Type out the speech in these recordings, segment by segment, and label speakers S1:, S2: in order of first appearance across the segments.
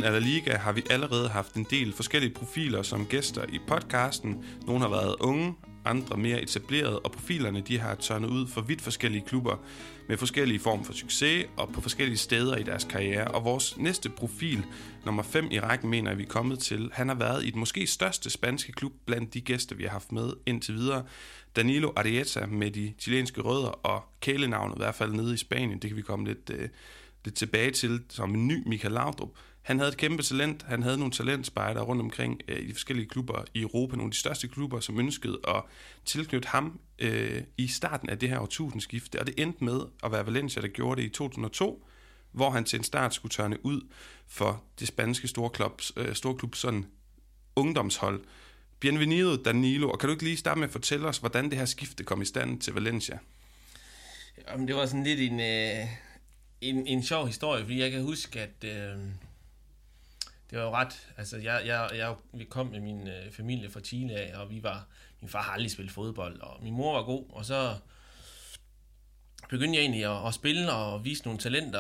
S1: Bunden af La Liga har vi allerede haft en del forskellige profiler som gæster i podcasten. Nogle har været unge, andre mere etablerede, og profilerne de har tørnet ud for vidt forskellige klubber med forskellige former for succes og på forskellige steder i deres karriere. Og vores næste profil, nummer 5 i rækken, mener jeg, vi er kommet til. Han har været i den måske største spanske klub blandt de gæster, vi har haft med indtil videre. Danilo Arieta med de chilenske rødder og kælenavnet i hvert fald nede i Spanien. Det kan vi komme lidt tilbage til som en ny Michael Laudrup. Han havde et kæmpe talent. Han havde nogle talentspejder rundt omkring i de forskellige klubber i Europa. Nogle af de største klubber, som ønskede at tilknytte ham i starten af det her årtusindskifte. Og det endte med at være Valencia, der gjorde det i 2002, hvor han til en start skulle tørne ud for det spanske storklub sådan ungdomshold. Bienvenido, Danilo. Og kan du ikke lige starte med at fortælle os, hvordan det her skifte kom i stand til Valencia?
S2: Jamen, det var sådan lidt en sjov historie, fordi jeg kan huske, at det var jo ret, altså vi kom med min familie fra Chile af, og min far har aldrig spillet fodbold, og min mor var god, og så begyndte jeg egentlig at spille og vise nogle talenter,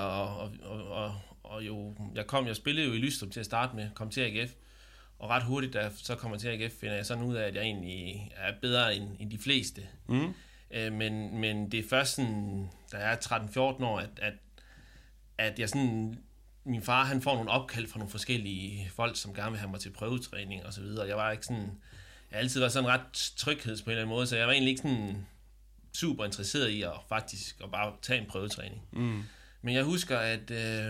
S2: og jeg spillede jo i Lystrup til at starte med, kom til AGF, og ret hurtigt, da så kommer til AGF, finder jeg sådan ud af, at jeg egentlig er bedre end de fleste. Men det er først sådan, da jeg er 13-14 år, at jeg sådan, min far, han får nogle opkald fra nogle forskellige folk, som gerne vil have mig til prøvetræning og så videre. Jeg har altid været sådan ret tryghed på en eller anden måde, så jeg var egentlig ikke sådan super interesseret i at bare tage en prøvetræning. Men jeg husker, at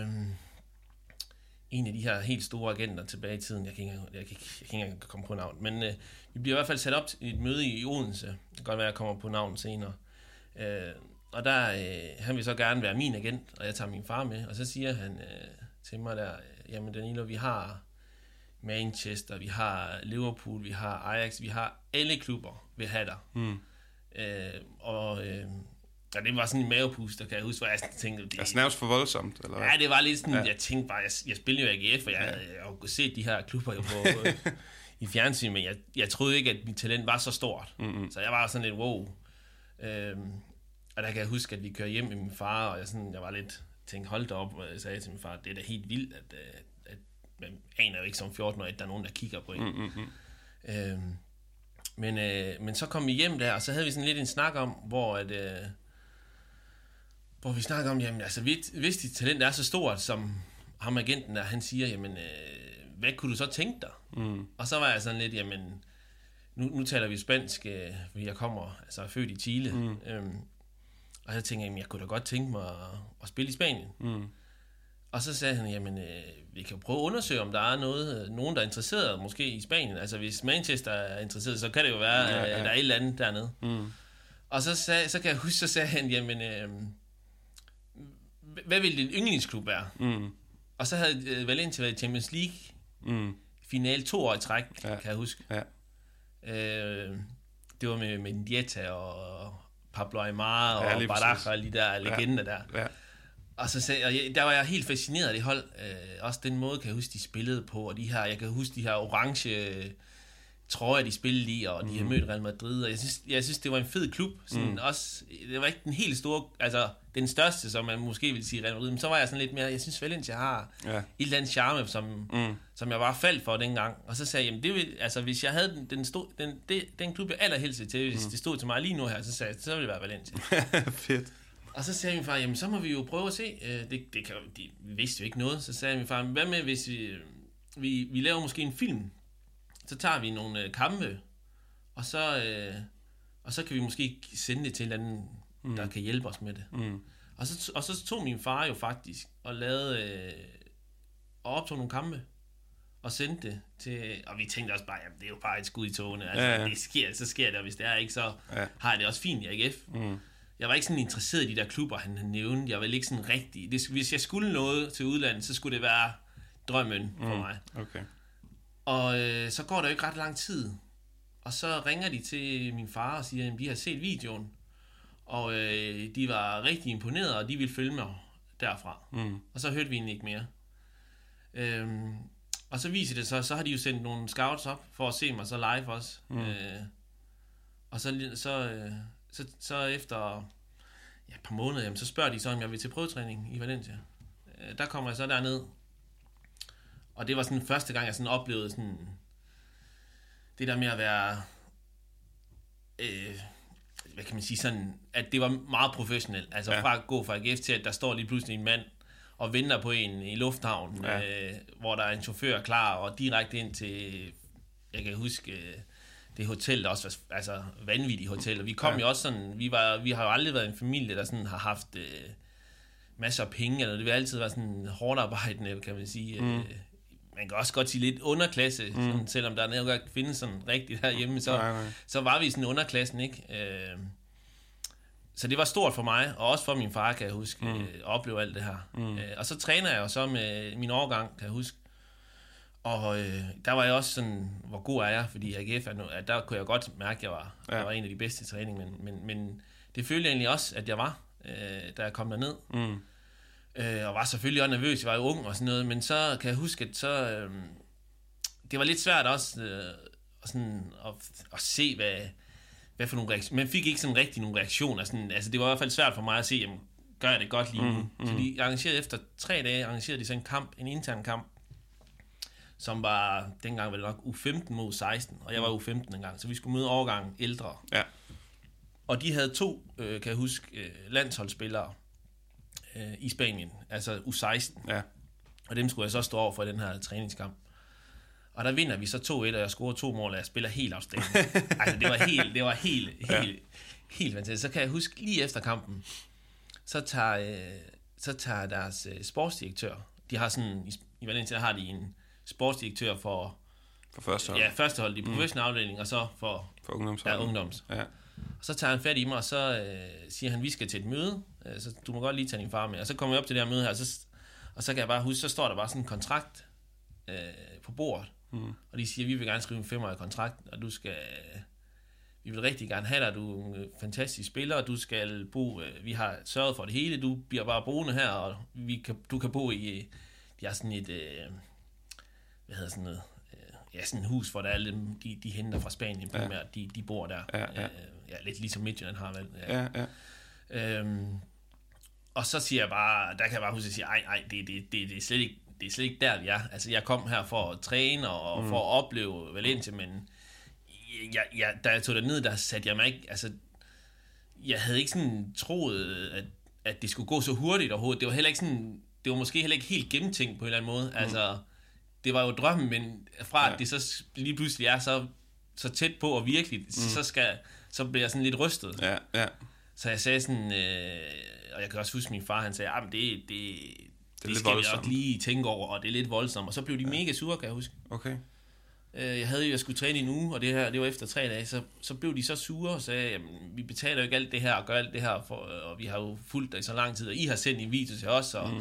S2: en af de her helt store agenter tilbage i tiden, jeg kan ikke engang komme på navn, men vi bliver i hvert fald sat op i et møde i Odense. Det kan godt være, at jeg kommer på navn senere. Og der, han vil så gerne være min agent, og jeg tager min far med, og så siger han til mig der, jamen Danilo, vi har Manchester, vi har Liverpool, vi har Ajax, vi har alle klubber vil have dig. Og det var sådan en mavepuster, kan jeg huske, hvor jeg tænkte...
S1: Det er snævs for voldsomt, eller hvad?
S2: Ja, det var lidt sådan, jeg tænkte bare, jeg spillede jo AGF, og jeg havde jo set de her klubber jo på... i fjernsyn, men jeg troede ikke, at mit talent var så stort. Så jeg var sådan lidt wow. Og der kan jeg huske, at vi kører hjem med min far, og jeg var lidt tænkt, hold da op, og jeg sagde til min far, det er da helt vildt, at man aner jo ikke som 14-årig, at der er nogen, der kigger på en. Men så kom vi hjem der, og så havde vi sådan lidt en snak om, hvor vi snakker om, jamen altså, hvis dit talent er så stort, som ham agenten der, han siger, jamen, hvad kunne du så tænke dig? Og så var jeg sådan lidt, jamen, nu taler vi spansk, fordi jeg er født i Chile, og så tænkte jeg, jeg kunne da godt tænke mig at spille i Spanien. Og så sagde han, jamen, vi kan jo prøve at undersøge, om der er nogen, der er interesseret, måske i Spanien. Altså, hvis Manchester er interesseret, så kan det jo være, at der er et eller andet dernede. Og så kan jeg huske, så sagde han, jamen, hvad ville din yndlingsklub være? Og så havde Valencia været i Champions League finale 2 år i træk, kan jeg huske. Det var med Ndieta og Pablo Aimar og Baraja og de der legender der. Og der var jeg helt fascineret af det hold. Også den måde, kan jeg huske, de spillede på, og jeg kan huske de her orange trøjer, de spillede i, og de har mødt Real Madrid, og jeg synes, det var en fed klub. Sådan også, det var ikke den helt store, altså den største, som man måske ville sige Real Madrid, men så var jeg sådan lidt mere, jeg synes Valencia har et eller andet charme, som jeg bare faldt for dengang. Og så sagde jeg, jamen hvis jeg havde den klub, jeg allerhelst til, hvis det stod til mig lige nu her, så sagde jeg, så ville det være Valencia.
S1: Fedt.
S2: Og så sagde min far, jamen så må vi jo prøve at se, vi vidste jo ikke noget, så sagde min far, hvad med hvis vi laver måske en film, så tager vi nogle kampe, og så kan vi måske sende det til en eller anden, der kan hjælpe os med det. Og så tog min far jo faktisk og lavede og optog nogle kampe og sendte det til, og vi tænkte også bare, jamen det er jo bare et skud i tågene, altså så sker det, og hvis det er ikke, så har jeg det også fint i AGF. Jeg var ikke sådan interesseret i de der klubber, han nævnte. Jeg var ikke sådan rigtig... Hvis jeg skulle noget til udlandet, så skulle det være drømmen for mig.
S1: Okay.
S2: Og så går der jo ikke ret lang tid. Og så ringer de til min far og siger, at de har set videoen. Og de var rigtig imponeret, og de ville følge mig derfra. Og så hørte vi egentlig ikke mere. Og så viser det så har de jo sendt nogle scouts op for at se mig så live også. Og så efter et par måneder, jamen, så spørger de så, om jeg vil til prøvetræning i Valencia. Der kommer jeg så derned, Og det var sådan første gang, jeg sådan oplevede sådan, det der med at være, hvad kan man sige, sådan, at det var meget professionelt. Altså fra at gå fra AGF til, at der står lige pludselig en mand og venter på en i lufthavnen, hvor der er en chauffør klar, og direkte ind til, jeg kan huske, det hotel, der også var altså vanvittigt hotel. Og vi kom jo også sådan, vi har jo aldrig været en familie, der sådan har haft masser af penge, eller det vil altid være sådan hårdt arbejdende, kan man sige. Man kan også godt sige lidt underklasse, sådan, selvom der nok ikke findes sådan rigtigt herhjemme, så var vi sådan underklassen, ikke? Så det var stort for mig, og også for min far, kan jeg huske, at opleve alt det her. Og så træner jeg jo så med min årgang, kan jeg huske. Og der var jeg også sådan, hvor god er jeg, fordi AGF der kunne jeg godt mærke, at jeg var en af de bedste i træning, men det følte jeg egentlig også, at jeg var, da jeg kom derned. Og var selvfølgelig også nervøs, jeg var jo ung og sådan noget, men så kan jeg huske, at så, det var lidt svært også at se, hvad for nogle reaktioner. Man fik ikke sådan rigtig nogle reaktioner. Sådan, altså det var i hvert fald svært for mig at se, jamen, gør jeg det godt lige nu? Så de arrangerede efter 3 dage, arrangerede de så en intern kamp, som var dengang vel nok U15 mod 16, og jeg var U15 engang, så vi skulle møde årgangen ældre. Ja. Og de havde 2, kan jeg huske, landsholdsspillere i Spanien, altså U16. Ja. Og dem skulle jeg så stå over for i den her træningskamp. Og der vinder vi så 2-1, og jeg scorer 2 mål, og jeg spiller helt afstændigt. Altså det var helt fantastisk. Så kan jeg huske, lige efter kampen, så tager deres sportsdirektør, de har sådan, i Valencia har de en sportsdirektør for
S1: førstehold.
S2: Ja, førstehold i professionelle afdeling, og så for
S1: ungdomshold.
S2: Ja, ungdoms. Ja. Og så tager han fat i mig, og så siger han, vi skal til et møde, så du må godt lige tage din far med. Og så kommer vi op til det her møde her, og så kan jeg bare huske, så står der bare sådan en kontrakt på bordet, og de siger, vi vil gerne skrive en 5-årig kontrakt, og vi vil rigtig gerne have dig, du er en fantastisk spiller, og du skal bo, vi har sørget for det hele, du bliver bare boende her, og du kan bo i, de har sådan et, hvad hedder sådan noget, sådan et hus, hvor der er alle dem, de henter fra Spanien primært, de bor der. Ja, lidt ligesom Midtjylland har vel. Ja. Og så siger jeg bare, der kan jeg bare huske at sige, ej, det er slet ikke der, vi er. Altså, jeg kom her for at træne og for at opleve Valencia, men da jeg tog derned, der satte jeg mig ikke, altså, jeg havde ikke sådan troet, at det skulle gå så hurtigt overhovedet. Det var heller ikke sådan, det var måske heller ikke helt gennemtænkt på en eller anden måde. Altså, det var jo drømmen, men fra at det så lige pludselig er så tæt på og virkelig, så bliver jeg sådan lidt rystet. Ja. Så jeg sagde sådan, og jeg kan også huske min far, han sagde, det skal vi nok lige tænke over, og det er lidt voldsomt. Og så blev de mega sure, kan jeg huske. Okay. Jeg skulle træne i en uge, og det var efter 3 dage, så blev de så sure og sagde, jamen, vi betaler jo ikke alt det her og gør alt det her, og vi har jo fulgt dig i så lang tid, og I har sendt en video til os, og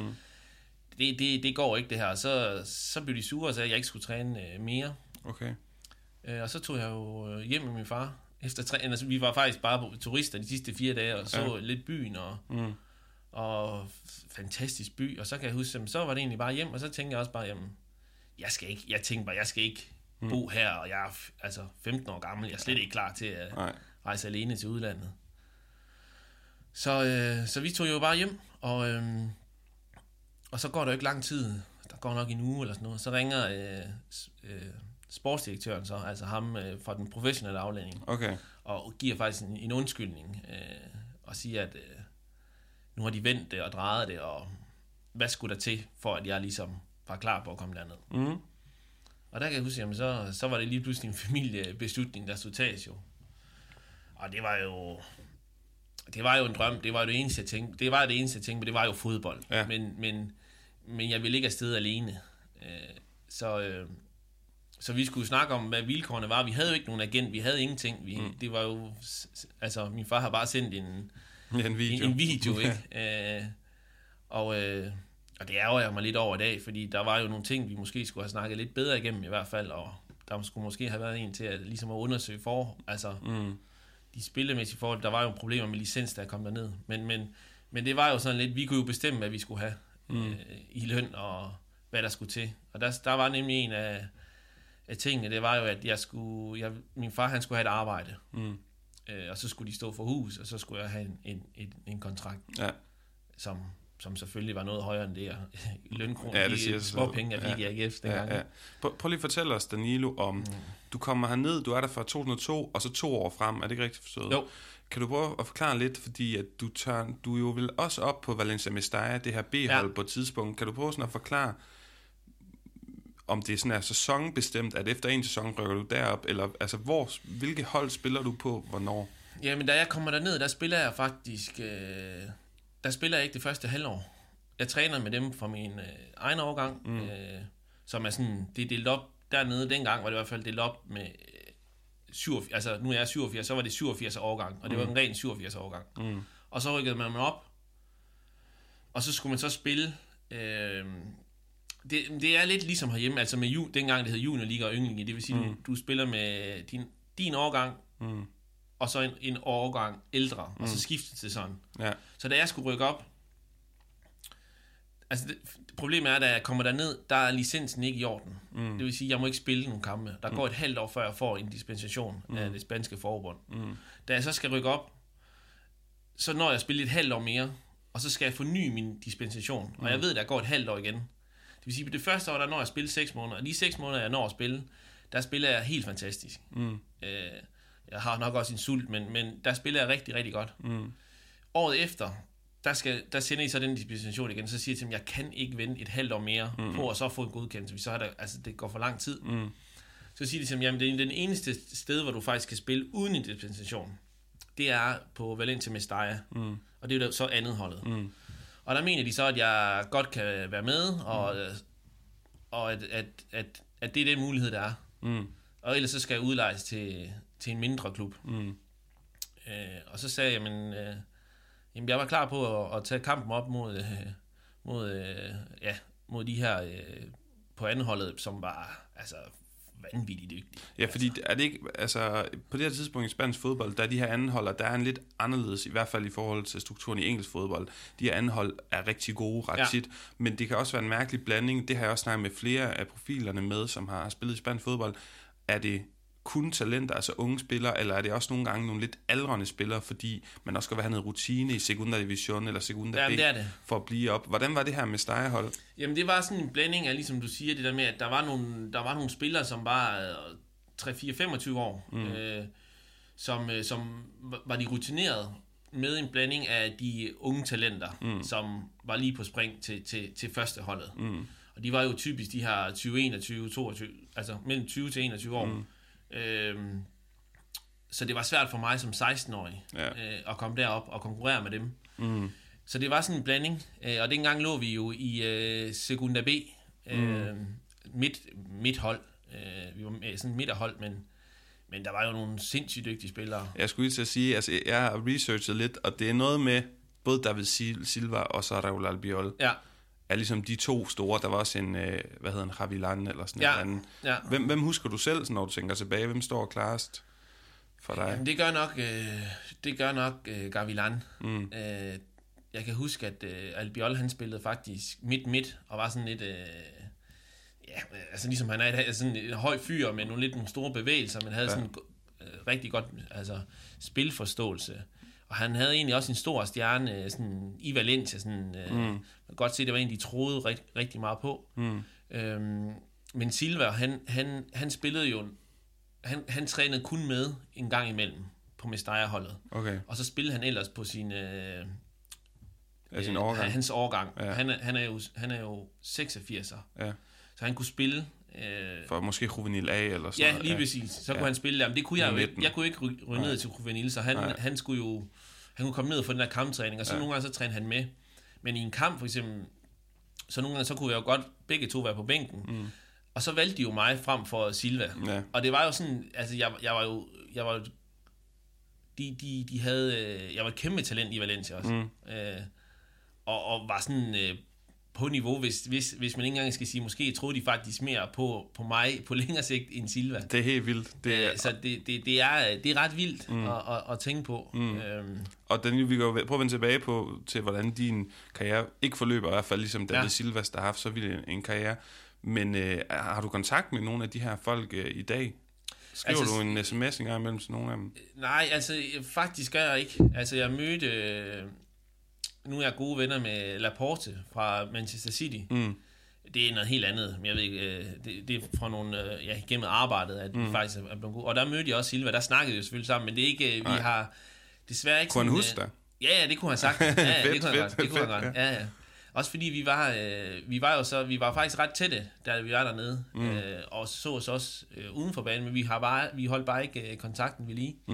S2: det går ikke det her. Så blev de sure og sagde, at jeg ikke skulle træne mere. Okay. Og så tog jeg jo hjem med min far efter træning. Altså, vi var faktisk bare på turister de sidste 4 dage, og så lidt byen, og fantastisk by. Og så kan jeg huske, så var det egentlig bare hjem, og så tænkte jeg også bare, jamen, jeg skal ikke bo her, og jeg er altså 15 år gammel, jeg er slet ikke klar til at rejse alene til udlandet. Så vi tog jo bare hjem, og så går der jo ikke lang tid, der går nok en uge eller sådan noget, så ringer sportsdirektøren så, altså ham fra den professionelle afdeling, og giver faktisk en undskyldning, og siger, at nu har de vendt det og drejet det, og hvad skulle der til, for at jeg ligesom var klar på at komme derned. Og der kan jeg huske, jamen, så var det lige pludselig en familiebeslutning, der skulle tages jo. Og det var jo en drøm, det var det eneste, jeg tænkte, men det var jo fodbold. Ja. Men jeg ville ikke afsted alene. Så vi skulle snakke om, hvad vilkårene var. Vi havde jo ikke nogen agent, vi havde ingenting. Det var jo, altså min far har bare sendt en video, ikke? Og det ærger jeg mig lidt over i dag, fordi der var jo nogle ting, vi måske skulle have snakket lidt bedre igennem i hvert fald, og der skulle måske have været en til at ligesom at undersøge de spillemæssige forhold. Der var jo problemer med licens, der kom derned. Men det var jo sådan lidt, vi kunne jo bestemme, hvad vi skulle have i løn, og hvad der skulle til. Og der var nemlig en af tingene, det var jo, at min far, han skulle have et arbejde. Og så skulle de stå for hus, og så skulle jeg have en kontrakt, som som selvfølgelig var noget højere end det her lønkroner.
S1: Ja, det siger sig
S2: små penge, jeg fik i AGF dengang.
S1: Ja. Prøv lige at fortælle os, Danilo, om du kommer herned, du er der fra 2002, og så 2 år frem. Er det ikke rigtigt forstået?
S2: Jo.
S1: Kan du prøve at forklare lidt, fordi at du jo vil også op på Valencia Mestalla, det her B-hold på et tidspunkt. Kan du prøve sådan at forklare, om det sådan er sæsonbestemt, at efter en sæson rykker du derop, eller altså hvilke hold spiller du på, hvornår?
S2: Jamen, da jeg kommer derned, der spiller jeg faktisk... der spiller jeg ikke det første halvår. Jeg træner med dem fra min egen årgang, som er sådan... Det er delt op dernede. Dengang var det i hvert fald delt op med... 87, altså nu er jeg 87, så var det 87 årgang, og det var en ren 87 årgang. Og så rykkede man op, og så skulle man så spille... Det er lidt ligesom herhjemme, altså med dengang det hed juniorliga og ynglinge, det vil sige, du spiller med din årgang, og så en årgang ældre, og så skifter til sådan. Ja. Så da jeg skulle rykke op, altså problemet er, da jeg kommer derned, der er licensen ikke i orden. Det vil sige, jeg må ikke spille nogle kampe. Der går et halvt år, før jeg får en dispensation af det spanske forbund. Da jeg så skal rykke op, så når jeg spiller et halvt år mere, og så skal jeg forny min dispensation. Og jeg ved, der går et halvt år igen. Det vil sige, at det første år, der når jeg spille 6 måneder, og de 6 måneder, jeg når at spille, der spiller jeg helt fantastisk. Jeg har nok også en sult, men der spiller jeg rigtig, rigtig godt. Året efter, der sender I så den dispensation igen, så siger jeg til dem, jeg kan ikke vente et halvt år mere på at så få en godkendelse, så det går for lang tid. Så siger de til dem, jamen det er den eneste sted, hvor du faktisk kan spille uden en dispensation. Det er på Valencia Mestalla, og det er jo så andet holdet. Og der mener de så, at jeg godt kan være med, og at det er den mulighed, der er. Og ellers så skal jeg udlejes til en mindre klub. Og så sagde jeg, jamen jeg var klar på at tage kampen op mod de her på andenholdet, som var altså vanvittigt dygtige.
S1: Ja, fordi er det ikke, altså på det her tidspunkt i spansk fodbold, der er de her andenholder, der er en lidt anderledes, i hvert fald i forhold til strukturen i engelsk fodbold. De her andenhold er rigtig gode ret tit, men det kan også være en mærkelig blanding. Det har jeg også snakket med flere af profilerne med, som har spillet i spansk fodbold. Er det kun talenter, altså unge spillere, eller er det også nogle gange nogle lidt aldrende spillere, fordi man også skal have noget rutine i Segunda Division eller Segunda B for at blive op. Hvordan var det her med Stegerhold?
S2: Jamen det var sådan en blanding af, ligesom du siger, det der med, at der var nogle spillere, som var 3-4-25 år, som var de rutinerede, med en blanding af de unge talenter, som var lige på spring til første holdet. Og de var jo typisk de her 20-21-22, altså mellem 20 til 21 år. Så det var svært for mig som 16-årig at komme derop og konkurrere med dem. Så det var sådan en blanding, og dengang lå vi jo i Segunda B, midt hold. Vi var med sådan midterhold, men der var jo nogle sindssygt dygtige spillere.
S1: Jeg skulle lige til at sige, altså jeg har researchet lidt, og det er noget med både David Silva og så Raúl Albiol. Ja. Er ligesom de to store. Der var også en, hvad hedder en, Javilan eller sådan en anden. Ja. Hvem husker du selv, når du tænker tilbage? Hvem står klarest for dig?
S2: Jamen, det gør nok Gavilan. Jeg kan huske, at Albiol, han spillede faktisk midt, og var sådan lidt, altså ligesom han er sådan en høj fyr, med nogle store bevægelser, men havde sådan rigtig godt spilforståelse. Og han havde egentlig også en stor stjerne sådan, i Valencia. Sådan, man kan godt se, det var en, de troede rigtig meget på. Men Silva, han spillede jo... Han trænede kun med en gang imellem på Mestalla-holdet. Okay. Og så spillede han ellers på sin årgang. Hans årgang. Ja. Han er jo 86'er. Ja. Så han kunne spille...
S1: for måske Juvenil A eller sådan noget.
S2: Ja, lige præcis. Så kunne han spille der. Men det kunne jeg jo ikke. Jeg kunne ikke ryge ned til Juvenil, så han kunne komme ned og få den der kamptræning, og så nogle gange så trænede han med. Men i en kamp for eksempel, så nogle gange så kunne jeg jo godt begge to være på bænken. Og så valgte de jo mig frem for Silva. Ja. Og det var jo sådan, altså jeg var de havde, jeg var et kæmpe talent i Valencia også. Og var sådan på niveau, hvis man ikke engang skal sige, måske troede de faktisk mere på mig på længere sigt end Silva.
S1: Det er helt vildt.
S2: Så det er ret vildt at tænke på.
S1: Og vi kan jo prøve at vende tilbage til, hvordan din karriere ikke forløber, i hvert fald ligesom David Silvas, der har haft så vild en karriere. Men har du kontakt med nogle af de her folk i dag? Skriver du en sms en gang imellem til nogle af dem?
S2: Nej, altså faktisk gør jeg ikke. Altså jeg mødte nu er jeg gode venner med Laporte fra Manchester City. Det er noget helt andet, men jeg ved ikke, det er fra nogle, gennem arbejdet, at vi faktisk er blevet gode. Og der mødte jeg også Silva, der snakkede vi selvfølgelig sammen, men det er ikke, vi har desværre ikke
S1: kunne han huske dig?
S2: Ja, det kunne han sagt. Ja, det kunne han godt. Ja. Også fordi vi var faktisk ret tætte, da vi var dernede, og så os også uden for banen, men vi holdt bare ikke kontakten ved lige.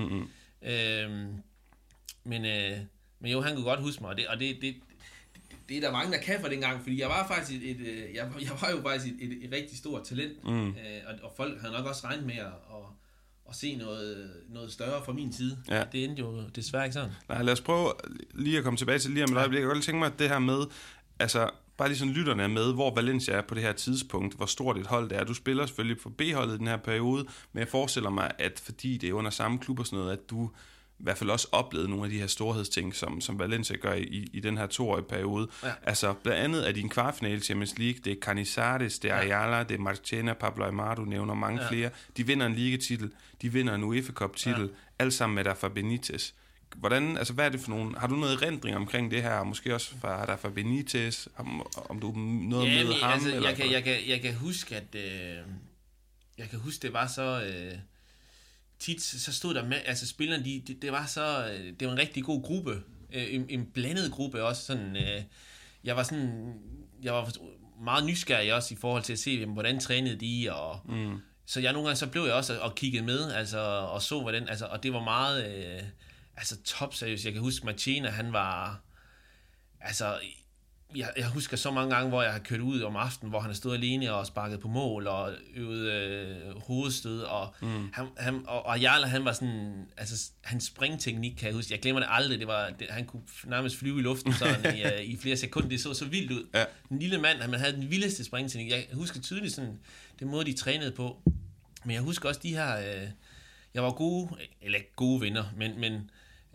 S2: Men jo, han kunne godt huske mig, og det er der mange, der kan for dengang, fordi jeg var faktisk jeg var jo faktisk et rigtig stort talent, og folk havde nok også regnet med at se noget større fra min side. Ja. Det endte jo desværre ikke sådan.
S1: Nej, lad os prøve lige at komme tilbage til lige om et øjeblik. Jeg kan godt tænke mig, at det her med, altså bare lige sådan lytterne er med, hvor Valencia er på det her tidspunkt, hvor stort et hold det er. Du spiller selvfølgelig for B-holdet i den her periode, men jeg forestiller mig, at fordi det er under samme klub og sådan noget, at du i hvert fald også oplevede nogle af de her storhedsting, som Valencia gør i den her 2-årige periode. Ja. Altså, blandt andet er din kvartfinale Champions League, det er Canizares, det er Ayala, det er Marchena, Pablo Aimar, du nævner mange flere. De vinder en ligatitel, de vinder en UEFA Cup-titel, alt sammen med Rafa Benitez. Hvordan, altså, hvad er det for nogle... Har du noget erindring omkring det her, måske også fra Rafa Benitez, om du noget med ham?
S2: Altså, jeg kan huske, at... jeg kan huske, det var så... tit så stod der med, altså spillerne, det var en rigtig god gruppe, en blandet gruppe også, sådan, jeg var meget nysgerrig også i forhold til at se, hvordan trænede de, og så jeg nogle gange, så blev jeg også og kiggede med, altså, og så hvordan, altså, og det var meget, topseriøst. Jeg kan huske, Marchena, han var, altså, jeg husker så mange gange, hvor jeg har kørt ud om aftenen, hvor han har stået alene og sparket på mål og øvet hovedstød, og og Ayala, han var sådan, altså hans springteknik, kan jeg huske, jeg glemmer det aldrig, han kunne nærmest flyve i luften sådan i flere sekunder, det så vildt ud. Ja. Den lille mand, han havde den vildeste springteknik. Jeg husker tydeligt sådan, den måde, de trænede på, men jeg husker også de her, jeg var gode venner, men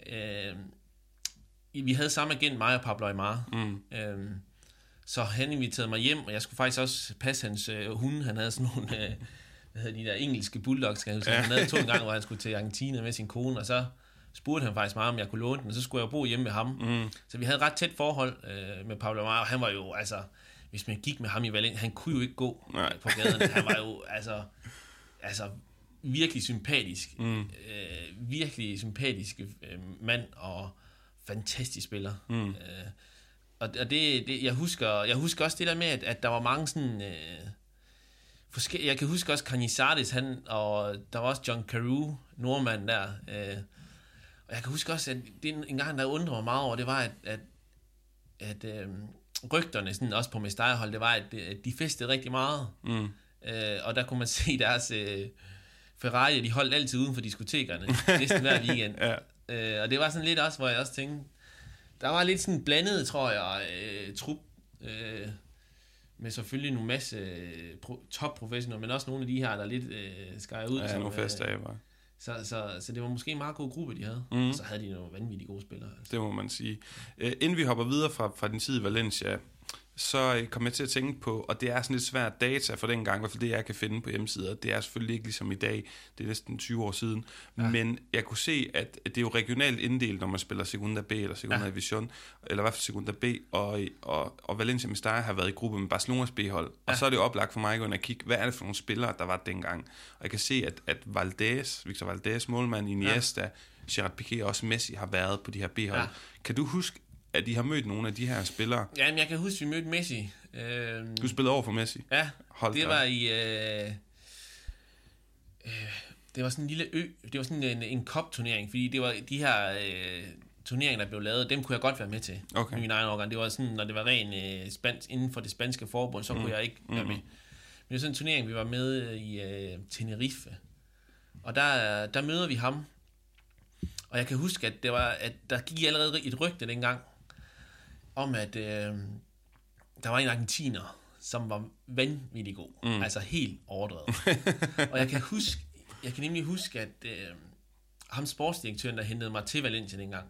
S2: vi havde samme agent, mig og Pablo Aimar. Så han inviterede mig hjem, og jeg skulle faktisk også passe hans hunde. Han havde sådan nogle, de der engelske bulldogs, kan jeg huske. Han havde 2 gange, hvor han skulle til Argentina med sin kone, og så spurgte han faktisk mig, om jeg kunne låne den, og så skulle jeg bo hjemme med ham. Så vi havde et ret tæt forhold med Pablo Aimar, og han var jo, altså, hvis man gik med ham i Valencia, han kunne jo ikke gå på gaderne. Han var jo, altså virkelig sympatisk. Virkelig sympatisk mand, og fantastisk spiller. Og det jeg husker også det der med, at der var mange sådan jeg kan huske også Canizares, og der var også John Carew, nordmand der, og jeg kan huske også, at det en gang, der undrede mig meget over, det var, at rygterne sådan, også på Mestalla-hold, det var, at de festede rigtig meget, og der kunne man se deres Ferrari, de holdt altid uden for diskotekerne, næsten hver weekend. Og det var sådan lidt også, hvor jeg også tænkte, der var lidt sådan blandet, tror jeg, trup, med selvfølgelig nogle masse top-professionelle, men også nogle af de her, der lidt skærer ud.
S1: Ja, nogle festdager.
S2: Så det var måske en meget god gruppe, de havde. Og så havde de nogle vanvittige gode spillere. Altså.
S1: Det må man sige. Inden vi hopper videre fra din tid i Valencia, så kom jeg til at tænke på, og det er sådan lidt svært data for den gang, i hvert fald det, jeg kan finde på hjemmesider. Det er selvfølgelig ikke ligesom i dag, det er næsten 20 år siden, men jeg kunne se, at det er jo regionalt inddelt, når man spiller Segunda B eller Segunda Division, eller i hvert fald Segunda B, og Valencia Mestalla har været i gruppe med Barcelonas B-hold, og så er det oplagt for mig at gå ind og kigge, hvad er det for nogle spillere, der var dengang. Og jeg kan se, at Victor Valdés, målmand, Iniesta, Gerard Piqué og også Messi har været på de her B-hold. Ja. Kan du huske, at de har mødt nogle af de her spillere?
S2: Jamen, jeg kan huske, at vi mødte Messi.
S1: Du spillede over for Messi?
S2: Ja, det var i... det var sådan en lille ø. Det var sådan en cup-turnering, fordi det var de her turneringer, der blev lavet, dem kunne jeg godt være med til. Okay. I min egen årgang. Det var sådan, når det var ren spansk inden for det spanske forbund, så kunne jeg ikke være med. Men det var sådan en turnering, vi var med i Tenerife. Og der møder vi ham. Og jeg kan huske, at der gik allerede et rygte dengang, om at der var en argentiner, som var vanvittig god. Altså helt overdrevet. Og jeg kan nemlig huske, at ham sportsdirektøren, der hentede mig til Valencia dengang,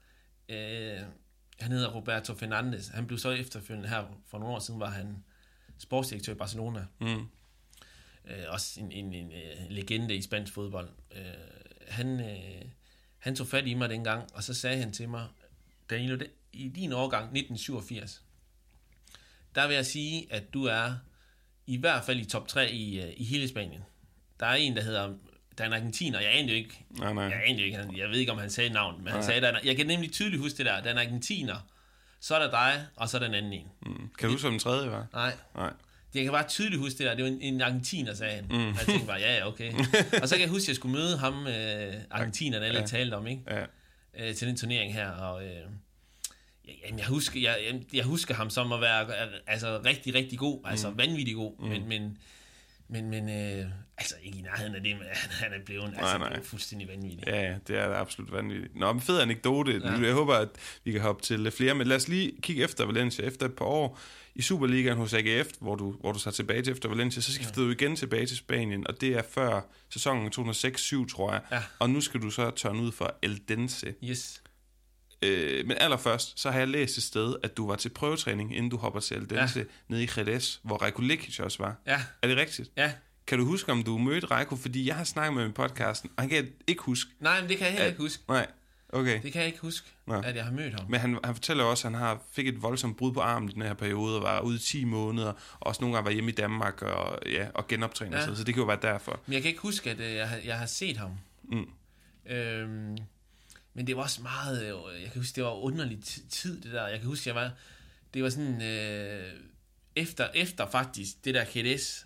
S2: han hedder Roberto Fernandes. Han blev så efterfølgende her for nogle år siden, var han sportsdirektør i Barcelona. Også en legende i spansk fodbold. Han tog fat i mig dengang, og så sagde han til mig, Danilo, i din årgang 1987, der vil jeg sige, at du er i hvert fald i top 3 i hele Spanien. Der er en, der hedder... Der er en argentiner, jeg anede jo ikke.
S1: Nej.
S2: Jeg ved ikke, om han sagde navn, men han sagde, jeg kan nemlig tydeligt huske det der. Der er en argentiner, så er der dig, og så er der en anden en.
S1: Kan du huske, om den tredje var?
S2: Nej. Jeg kan bare tydeligt huske det der. Det var en argentiner, sagde han. Og jeg tænkte bare, ja, okay. Og så kan jeg huske, at jeg skulle møde ham, argentinerne, alle talte om, ikke? Ja. Til den turnering her, og... Jamen, jeg husker ham som at være altså rigtig, rigtig god, altså vanvittig god, men altså ikke i nærheden af det, men han er blevet fuldstændig vanvittig.
S1: Ja, det er absolut vanvittigt. Nå, men fed anekdote. Ja. Jeg håber, at vi kan hoppe til flere, men lad os lige kigge efter Valencia. Efter et par år i Superligaen hos AGF, hvor du tager tilbage til efter Valencia, så skiftede du igen tilbage til Spanien, og det er før sæsonen 2006-7, tror jeg. Ja. Og nu skal du så tørne ud for Eldense.
S2: Yes.
S1: Men allerførst, så har jeg læst et sted, at du var til prøvetræning, inden du hopper til Eldense, nede i Jerez, hvor Rajko Lekic også var. Ja. Er det rigtigt?
S2: Ja.
S1: Kan du huske, om du mødte Rajko? Fordi jeg har snakket med ham i podcasten, og han kan ikke huske.
S2: Nej, men det kan jeg heller ikke huske.
S1: Nej, okay.
S2: Det kan jeg ikke huske, at jeg har mødt ham.
S1: Men han fortæller også, at han fik et voldsomt brud på armen i den her periode, og var ude i 10 måneder, og også nogle gange var hjemme i Danmark og genoptrænet. Ja. Så det kan jo være derfor.
S2: Men jeg kan ikke huske, at jeg har set ham. Men det var også meget, jeg kan huske, det var underlig tid, det der. Jeg kan huske, det var sådan, efter faktisk det der Jerez,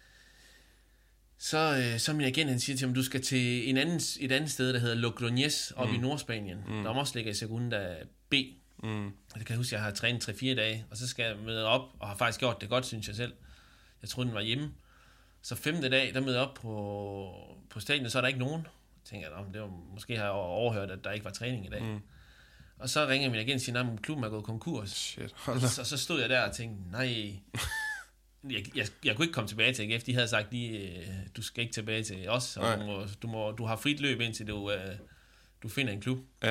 S2: så min agent, han siger til ham, du skal til et andet sted, der hedder Logroñés, oppe i Nordspanien, der også ligger i Segunda B. Det kan jeg huske, jeg har trænet 3-4 dage, og så skal jeg møde op, og har faktisk gjort det godt, synes jeg selv. Jeg troede, den var hjemme. Så 5. dag, der møder jeg op på stadion, så er der ikke nogen. Tænker jeg, det var, måske har jeg overhørt, at der ikke var træning i dag. Og så ringer min agent og siger, at klubben er gået konkurs.
S1: Shit,
S2: så stod jeg der og tænkte, nej, jeg kunne ikke komme tilbage til AGF. De havde sagt, du skal ikke tilbage til os, og du har frit løb indtil du finder en klub. Ja.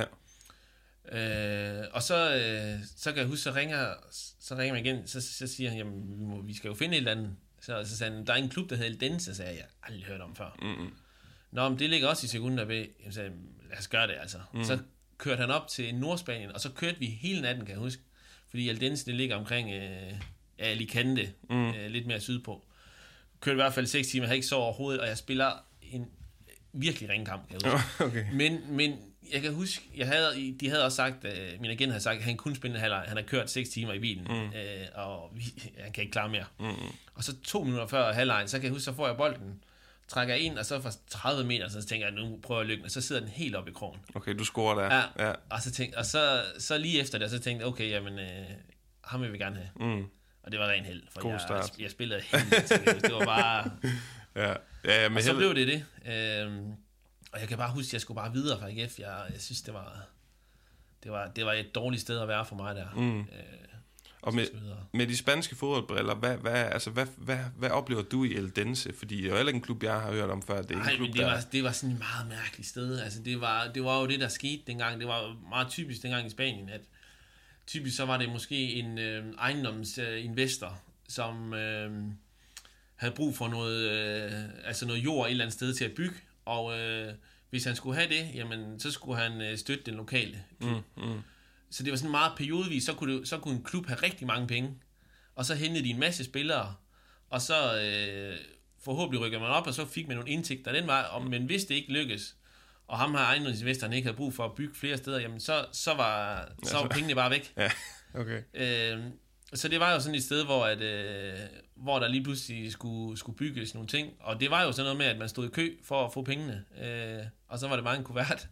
S2: Og så kan jeg huske, så ringer man igen, så siger han, jamen, vi skal jo finde et eller andet. Så sagde han, der er en klub, der hedder Eldense, så sagde jeg aldrig hørt om før. Nå, men det ligger også i Segunda B. Jeg sagde, lad os gøre det altså. Så kørte han op til Nordspanien, og så kørte vi hele natten, kan jeg huske. Fordi Eldense, det ligger omkring Alicante, lidt mere sydpå. Kørte i hvert fald 6 timer, jeg havde ikke sovet overhovedet, og jeg spiller en virkelig ringkamp, kan jeg huske. Okay. Men jeg kan huske, de havde også sagt, min agent havde sagt, at han kunne spille en halvleg. Han har kørt 6 timer i bilen, og han kan ikke klare mere. Og så 2 minutter før halvlegen, så kan jeg huske, så får jeg bolden, trækker ind, og så fra 30 meter, så tænker jeg, nu prøver jeg lykken, og så sidder den helt oppe i krogen. Okay,
S1: du scorer der.
S2: Ja. Og så lige efter det, så tænkte jeg, okay, jamen, ham vil vi gerne have. Og det var ren held, for jeg spillede helt, det var bare... ja, og så blev det. Og jeg kan bare huske, at jeg skulle bare videre fra AGF. Jeg synes, det var et dårligt sted at være for mig der.
S1: Og med de spanske fodboldbriller, hvad oplever du i Eldense? Fordi det er jo heller ikke en klub, jeg har hørt om før. Det
S2: var sådan et meget mærkeligt sted. Altså, det var jo det, der skete dengang. Det var meget typisk dengang i Spanien, at typisk så var det måske en ejendomsinvestor, som havde brug for noget jord et eller andet sted til at bygge, og hvis han skulle have det, jamen, så skulle han støtte den lokale klub. Så det var sådan meget periodevis, så kunne en klub have rigtig mange penge, og så hentede de en masse spillere, og så forhåbentlig rykker man op, og så fik man nogle indtægter den vej, men hvis det ikke lykkes, og ham her ejendomsinvestoren ikke havde brug for at bygge flere steder, jamen så var pengene bare væk. Ja, okay. Så det var jo sådan et sted, hvor der lige pludselig skulle bygges nogle ting, og det var jo sådan noget med, at man stod i kø for at få pengene, og så var det bare en kuvert,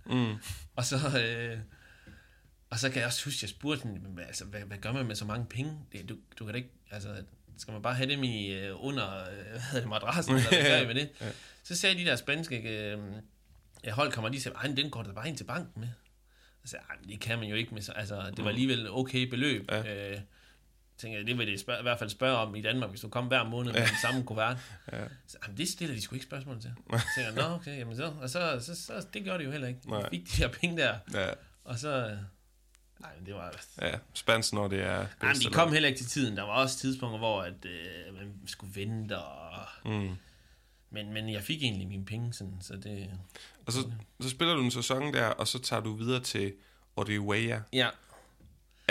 S2: og så kan jeg også huske, at jeg spurgte, altså, hvad gør man med så mange penge? Du kan da ikke, altså, skal man bare have dem under madrassen, eller hvad gør I med det? Ja. Så sagde de der spanske holdkammer, de sagde, den går der bare ind til banken med. Så sagde jeg, det kan man jo ikke med, altså, det var alligevel okay beløb. Ja. Tænker jeg, det vil det i hvert fald spørge om i Danmark, hvis du kom hver måned med den samme kuvert. Ja. Så det stiller de sgu ikke spørgsmål til. Så tænker jeg, okay, jamen så, og så det gør de jo heller ikke. De fik de her penge der, og så... Nej, men det var...
S1: Ja, spændt, når det er...
S2: Nej, de kom heller ikke til tiden. Der var også tidspunkter, hvor man skulle vente, og... Men jeg fik egentlig mine penge, sådan, så det...
S1: Og så spiller du en sæson der, og så tager du videre til Orihuela.
S2: Ja.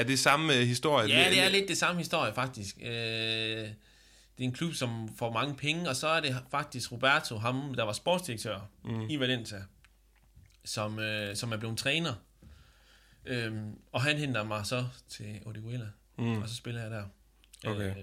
S1: Er det samme historie?
S2: Ja, det er lidt det samme historie, faktisk. Det er en klub, som får mange penge, og så er det faktisk Roberto, ham, der var sportsdirektør i Valencia, som er blevet træner. Og han henter mig så til Orihuela, og så spiller jeg der.
S1: Okay.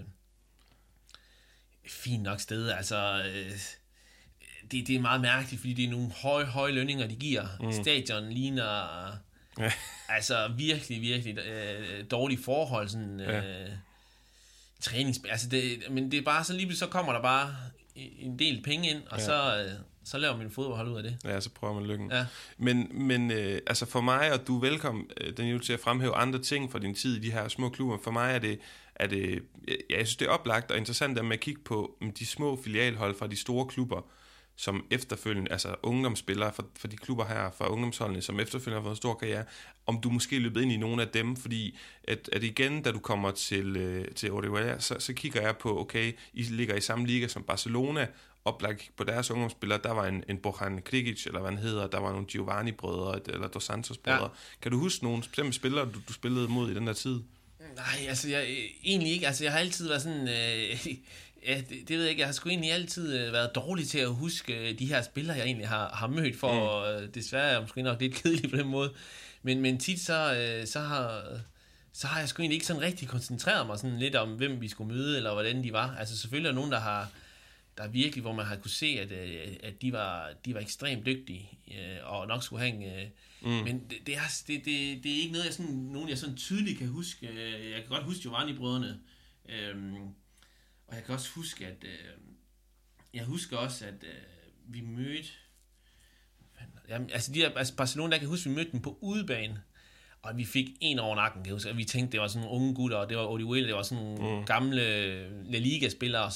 S2: Fint nok sted, altså... Det er meget mærkeligt, fordi det er nogle høje lønninger, de giver. Stadion ligner... altså virkelig dårlige forhold, sådan... trænings... Altså men det er bare så lige så kommer der bare en del penge ind, og så laver man fodboldhold ud af det.
S1: Ja, så prøver man lykken.
S2: Ja.
S1: Men altså for mig, og du er velkommen, Danilo, til at fremhæve andre ting fra din tid i de her små klubber. For mig er det jeg synes, det er oplagt og interessant med at kigge på de små filialhold fra de store klubber, som efterfølgende, altså ungdomsspillere for de klubber her, fra ungdomsholdene, som efterfølgende har fået en stor karriere, om du måske løbet ind i nogle af dem, fordi at igen, da du kommer til Orihuela, så kigger jeg på, okay, I ligger i samme liga som Barcelona, oplagt på deres ungdomsspillere, der var en Bojan Krikic, eller hvad han hedder, der var nogle Giovanni-brødre, eller Dos Santos-brødre. Ja. Kan du huske nogle bestemte spillere, du spillede mod i den der tid?
S2: Nej, altså jeg egentlig ikke. Altså jeg har altid været sådan... Ja, det ved jeg ikke. Jeg har sgu egentlig altid været dårlig til at huske de her spillere, jeg egentlig har mødt, for desværre er jeg måske nok lidt kedelig på den måde. Men tit så har jeg sgu egentlig ikke sådan rigtig koncentreret mig sådan lidt om, hvem vi skulle møde, eller hvordan de var. Altså selvfølgelig er nogen, der virkelig, hvor man har kunne se, at de var ekstremt dygtige, og nok skulle have en... Men det er ikke noget, nogen jeg sådan tydeligt kan huske. Jeg kan godt huske Giovanni-brødrene, og jeg kan også huske, at vi mødte... Altså Barcelona, der kan jeg huske, at vi mødte dem på udebane, og vi fik en over nakken, kan jeg huske. Og vi tænkte, det var sådan nogle unge gutter, og det var Orihuela, det var sådan nogle gamle La Liga-spillere,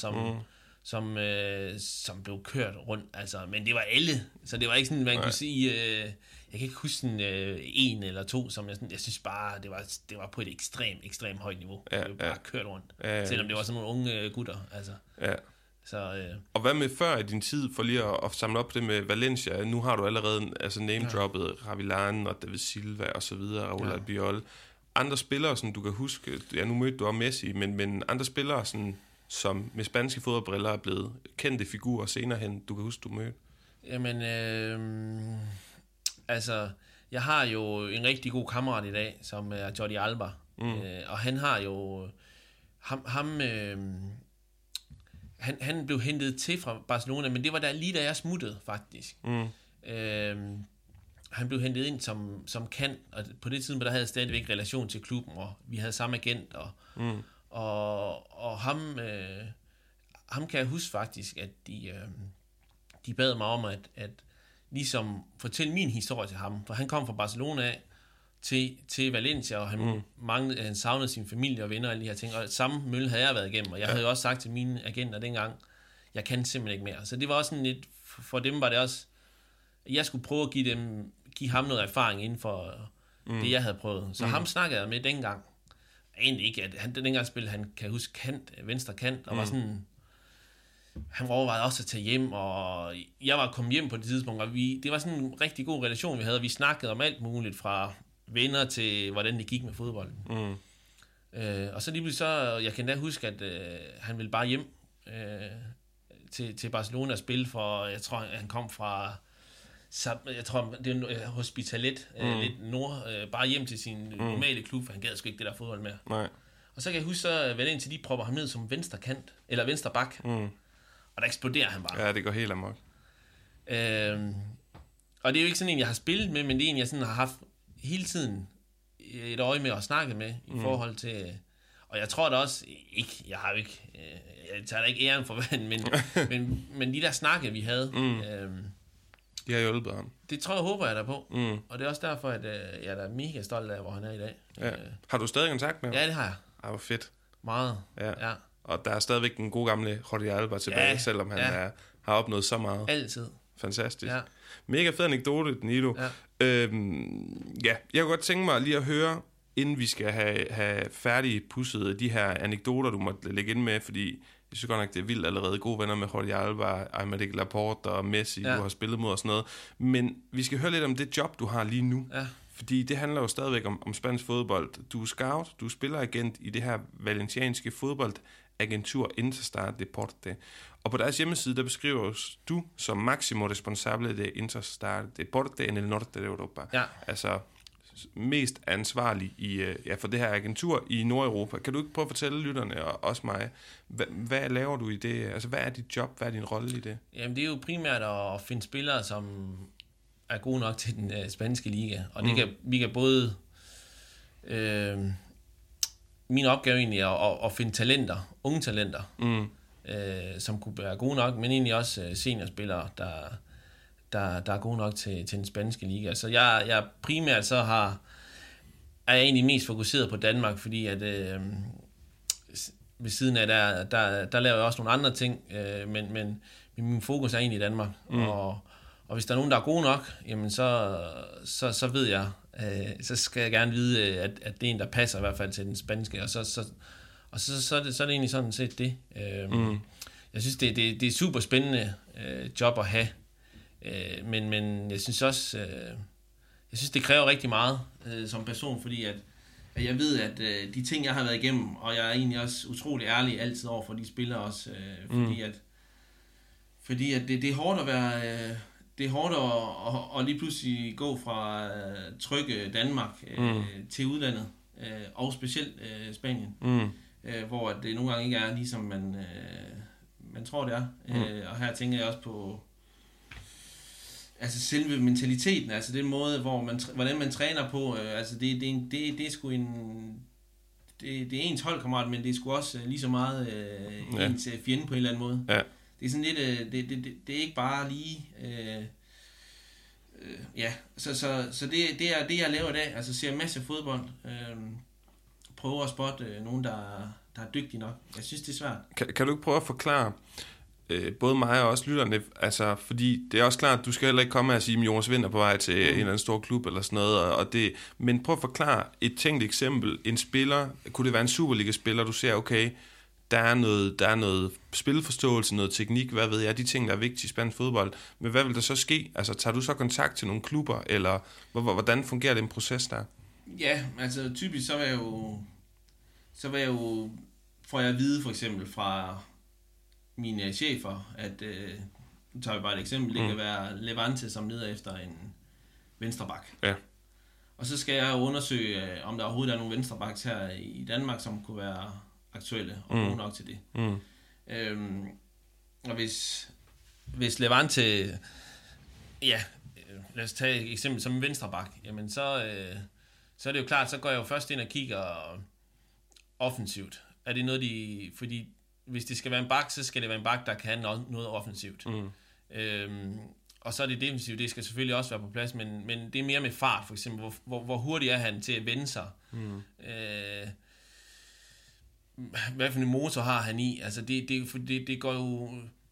S2: som blev kørt rundt, altså, men det var alle, så det var ikke sådan, man kunne sige, jeg kan ikke huske sådan en eller to, som jeg synes bare, det var på et ekstremt højt niveau. Det blev bare kørt rundt, selvom det var sådan nogle unge gutter, altså. Ja. Så,
S1: Og hvad med før i din tid, for lige at samle op det med Valencia, nu har du allerede name-droppet Ravilán og David Silva og så videre, Raúl Albiol. Andre spillere, som du kan huske, nu mødte du også Messi, men andre spillere, sådan, som med spanske fodboldbriller er blevet kendte figurer senere hen, du kan huske, du mødte?
S2: Jamen, altså, jeg har jo en rigtig god kammerat i dag, som er Jordi Alba, og han har jo, han blev hentet til fra Barcelona, men det var lige da jeg smuttede, faktisk. Han blev hentet ind som kant, og på det tidspunkt, der havde jeg stadigvæk relation til klubben, og vi havde samme agent, og ham kan jeg huske faktisk, at de bad mig om at ligesom fortælle min historie til ham, for han kom fra Barcelona af til Valencia, og han savnede sin familie og venner og alle de her ting, og samme mølle havde jeg været igennem, og jeg havde jo også sagt til mine agenter dengang, jeg kan simpelthen ikke mere. Så det var også sådan lidt, for dem var det også, jeg skulle prøve at give ham noget erfaring inden for det, jeg havde prøvet. Så ham snakkede jeg med dengang. Egentlig ikke, at han dengang spillede, han kan huske venstre kant, og var sådan, han overvejede også at tage hjem, og jeg var kommet hjem på det tidspunkt, og det var sådan en rigtig god relation, vi havde, og vi snakkede om alt muligt, fra venner til, hvordan det gik med fodbolden. Og så lige så, jeg kan da huske, at han ville bare hjem til Barcelona og spille for, jeg tror, han kom fra, jeg tror, det er Hospitalet, lidt nord, bare hjem til sin normale klub, for han gad sgu ikke det der fodbold mere. Nej. Og så kan jeg huske, så Valencia, de propper ham ned som venstre kant, eller venstre bak, og der eksploderer han bare.
S1: Ja, det går helt amok.
S2: Og det er jo ikke sådan en, jeg har spillet med, men det er en, jeg sådan har haft hele tiden et øje med at snakke med, i forhold til, og jeg tror da også, ikke, jeg har jo ikke, jeg tager da ikke æren for vand, men de der snakke, vi havde,
S1: de har hjulpet ham.
S2: Det håber jeg da på. Og det er også derfor, at jeg er da mega stolt af, hvor han er i dag.
S1: Ja. Har du stadig kontakt med ham?
S2: Ja, det har jeg.
S1: Ej, hvor fedt.
S2: Meget, ja.
S1: Og der er stadigvæk den gode gamle Jordi Alba tilbage, selvom han har opnået så meget.
S2: Altid.
S1: Fantastisk. Ja. Mega fed anekdote, Danilo. Ja. Jeg kunne godt tænke mig lige at høre, inden vi skal have færdigt pudset de her anekdoter, du måtte lægge ind med, fordi jeg synes godt nok, det er vildt allerede. Gode venner med Jordi Alba, Aymeric Laporte og Messi, du har spillet mod og sådan noget. Men vi skal høre lidt om det job, du har lige nu. Ja. Fordi det handler jo stadigvæk om spansk fodbold. Du er scout, du er spilleragent i det her valencianske fodboldagentur Interstar Deporte. Og på deres hjemmeside, der beskriver du som máximo responsable de Interstar Deporte en el norte de Europa.
S2: Ja.
S1: Altså mest ansvarlig for det her agentur i Nordeuropa. Kan du ikke prøve at fortælle lytterne og også mig, hvad laver du i det? Altså, hvad er dit job? Hvad er din rolle i det?
S2: Jamen, det er jo primært at finde spillere, som er gode nok til den spanske liga. Og vi kan både... min opgave egentlig er at finde talenter, unge talenter, som kunne være gode nok, men egentlig også seniorspillere, der er gode nok til den spanske liga. Så jeg primært så er jeg egentlig mest fokuseret på Danmark, fordi at ved siden af der laver jeg også nogle andre ting, men min fokus er egentlig i Danmark. Og hvis der er nogen, der er gode nok, jamen så ved jeg, så skal jeg gerne vide, at det er en, der passer i hvert fald til den spanske, og så er det egentlig sådan set det. Jeg synes, det er super spændende job at have, men jeg synes også, det kræver rigtig meget som person, fordi at jeg ved, at de ting, jeg har været igennem, og jeg er egentlig også utrolig ærlig altid over for de spillere også, fordi at det er hårdt at være... Det er hårdt at lige pludselig gå fra trygge Danmark til udlandet, og specielt Spanien, hvor det nogle gange ikke er ligesom man tror det er. Og her tænker jeg også på altså selve mentaliteten, altså den måde, hvordan man træner på. Altså det er sgu det er ens holdkammerat, men det er sgu også lige så meget ens fjende på en eller anden måde. Ja. Det er sådan lidt, det er ikke bare lige, så det er det, jeg laver i dag, altså ser en masse fodbold, prøver at spotte nogen, der er dygtige nok. Jeg synes, det er svært.
S1: Kan du ikke prøve at forklare, både mig og også lytterne, altså, fordi det er også klart, at du skal heller ikke komme og sige, at Jonas Vind er på vej til en eller anden stor klub eller sådan noget, men prøv at forklare et tænkt eksempel. En spiller, kunne det være en Superliga-spiller, du ser, okay, der er noget spilforståelse, noget teknik, hvad ved jeg, de ting, der er vigtige i spansk fodbold. Men hvad vil der så ske? Altså, tager du så kontakt til nogle klubber, eller hvordan fungerer den proces der?
S2: Ja, altså typisk så vil jeg jo får jeg at vide for eksempel fra mine chefer, at nu tager vi bare et eksempel, det kan være Levante, som leder efter en venstreback. Ja. Og så skal jeg undersøge, om der overhovedet er nogle venstrebacks her i Danmark, som kunne være aktuelle og gode nok til det. Og hvis Levante, lad os tage et eksempel som en venstreback, jamen så er det jo klart, så går jeg jo først ind og kigger offensivt. Er det noget, fordi hvis det skal være en bak, så skal det være en bak, der kan noget offensivt. Og så er det defensivt, det skal selvfølgelig også være på plads, men det er mere med fart, for eksempel. Hvor hurtigt er han til at vende sig? Hvad for en motor har han i? Altså det går jo...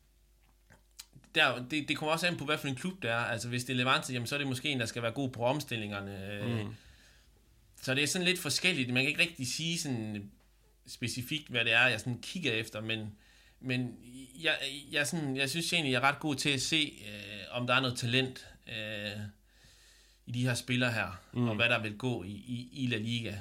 S2: Det kommer også an på, hvad for en klub det er. Altså hvis det er Levante, jamen, så er det måske en, der skal være god på omstillingerne. Så det er sådan lidt forskelligt. Man kan ikke rigtig sige sådan specifikt, hvad det er, jeg sådan kigger efter, men jeg synes egentlig, jeg er ret god til at se, om der er noget talent i de her spillere her, og hvad der vil gå i La Liga.